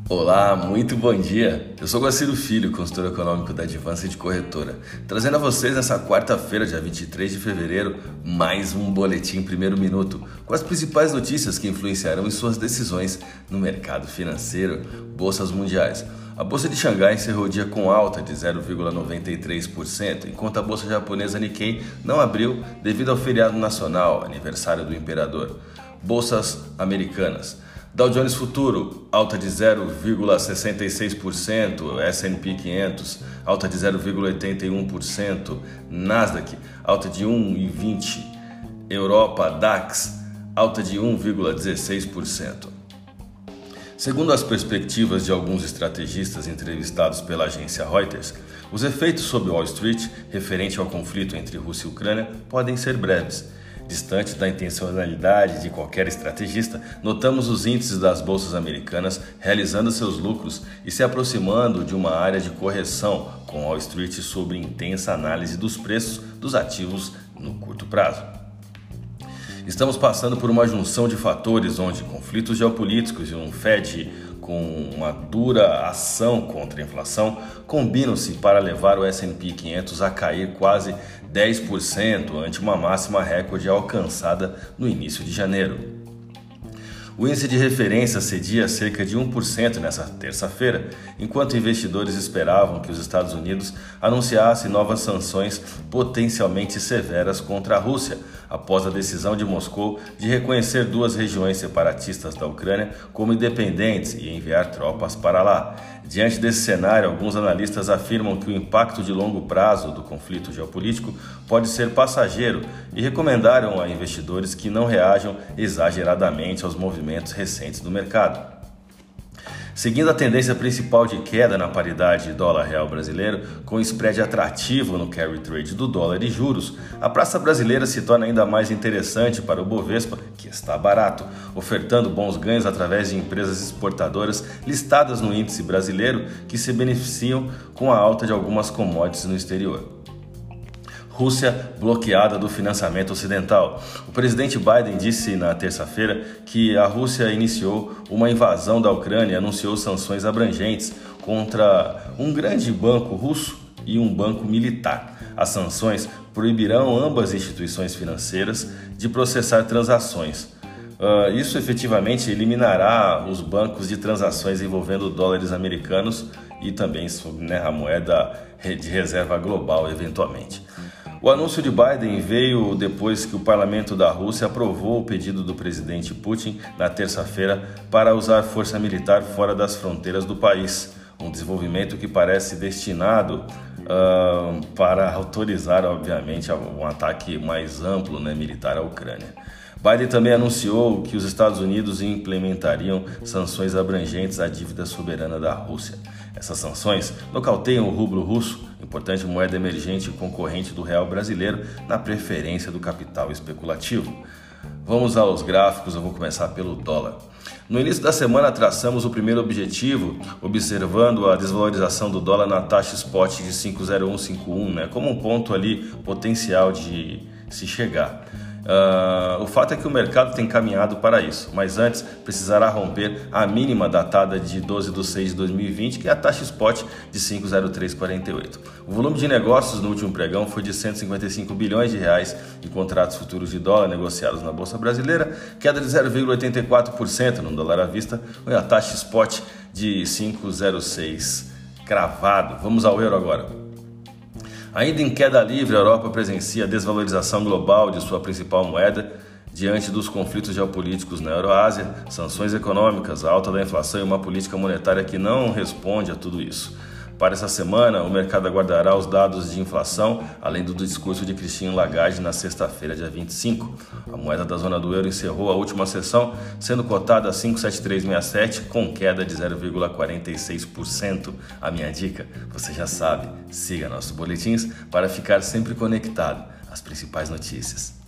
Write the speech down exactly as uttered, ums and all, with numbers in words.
Olá, muito bom dia! Eu sou Guaciro Filho, consultor econômico da Advanced Corretora, trazendo a vocês nessa quarta-feira, dia vinte e três de fevereiro, mais um Boletim Primeiro Minuto, com as principais notícias que influenciarão em suas decisões no mercado financeiro. Bolsas mundiais. A Bolsa de Xangai encerrou o dia com alta de zero vírgula noventa e três por cento, enquanto a Bolsa japonesa Nikkei não abriu devido ao feriado nacional, aniversário do imperador. Bolsas americanas. Dow Jones Futuro, alta de zero vírgula sessenta e seis por cento, S and P quinhentos, alta de zero vírgula oitenta e um por cento, Nasdaq, alta de um vírgula vinte por cento, Europa DAX, alta de um vírgula dezesseis por cento. Segundo as perspectivas de alguns estrategistas entrevistados pela agência Reuters, os efeitos sobre Wall Street referente ao conflito entre Rússia e Ucrânia podem ser breves. Distante da intencionalidade de qualquer estrategista, notamos os índices das bolsas americanas realizando seus lucros e se aproximando de uma área de correção, com Wall Street sob intensa análise dos preços dos ativos no curto prazo. Estamos passando por uma junção de fatores onde conflitos geopolíticos e um Fed com uma dura ação contra a inflação combinam-se para levar o S and P quinhentos a cair quase dez por cento ante uma máxima recorde alcançada no início de janeiro. O índice de referência cedia cerca de um por cento nessa terça-feira, enquanto investidores esperavam que os Estados Unidos anunciassem novas sanções potencialmente severas contra a Rússia, após a decisão de Moscou de reconhecer duas regiões separatistas da Ucrânia como independentes e enviar tropas para lá. Diante desse cenário, alguns analistas afirmam que o impacto de longo prazo do conflito geopolítico pode ser passageiro e recomendaram a investidores que não reajam exageradamente aos movimentos recentes do mercado. Seguindo a tendência principal de queda na paridade dólar-real brasileiro, com spread atrativo no carry trade do dólar e juros, a praça brasileira se torna ainda mais interessante para o Bovespa, que está barato, ofertando bons ganhos através de empresas exportadoras listadas no índice brasileiro que se beneficiam com a alta de algumas commodities no exterior. Rússia bloqueada do financiamento ocidental. O presidente Biden disse na terça-feira que a Rússia iniciou uma invasão da Ucrânia e anunciou sanções abrangentes contra um grande banco russo e um banco militar. As sanções proibirão ambas instituições financeiras de processar transações. Uh, isso efetivamente eliminará os bancos de transações envolvendo dólares americanos e também, né, a moeda de reserva global eventualmente. O anúncio de Biden veio depois que o parlamento da Rússia aprovou o pedido do presidente Putin na terça-feira para usar força militar fora das fronteiras do país, um desenvolvimento que parece destinado uh, para autorizar, obviamente, um ataque mais amplo, né, militar à Ucrânia. Biden também anunciou que os Estados Unidos implementariam sanções abrangentes à dívida soberana da Rússia. Essas sanções nocauteiam o rublo russo, importante moeda emergente e concorrente do real brasileiro, na preferência do capital especulativo. Vamos aos gráficos, eu vou começar pelo dólar. No início da semana traçamos o primeiro objetivo, observando a desvalorização do dólar na taxa spot de cinco zero um cinco um, né, como um ponto ali potencial de se chegar. Uh, o fato é que o mercado tem caminhado para isso, mas antes precisará romper a mínima datada de doze de seis de dois mil e vinte, que é a taxa spot de cinco zero três quarenta e oito. O volume de negócios no último pregão foi de cento e cinquenta e cinco bilhões de reais em contratos futuros de dólar negociados na Bolsa Brasileira, queda de zero vírgula oitenta e quatro por cento no dólar à vista, com a taxa spot de cinco zero seis cravado. Vamos ao euro agora. Ainda em queda livre, a Europa presencia a desvalorização global de sua principal moeda diante dos conflitos geopolíticos na Euroásia, sanções econômicas, a alta da inflação e uma política monetária que não responde a tudo isso. Para essa semana, o mercado aguardará os dados de inflação, além do discurso de Christine Lagarde na sexta-feira, dia vinte e cinco. A moeda da zona do euro encerrou a última sessão, sendo cotada a cinco sete três seis sete, com queda de zero vírgula quarenta e seis por cento. A minha dica, você já sabe, siga nossos boletins para ficar sempre conectado às principais notícias.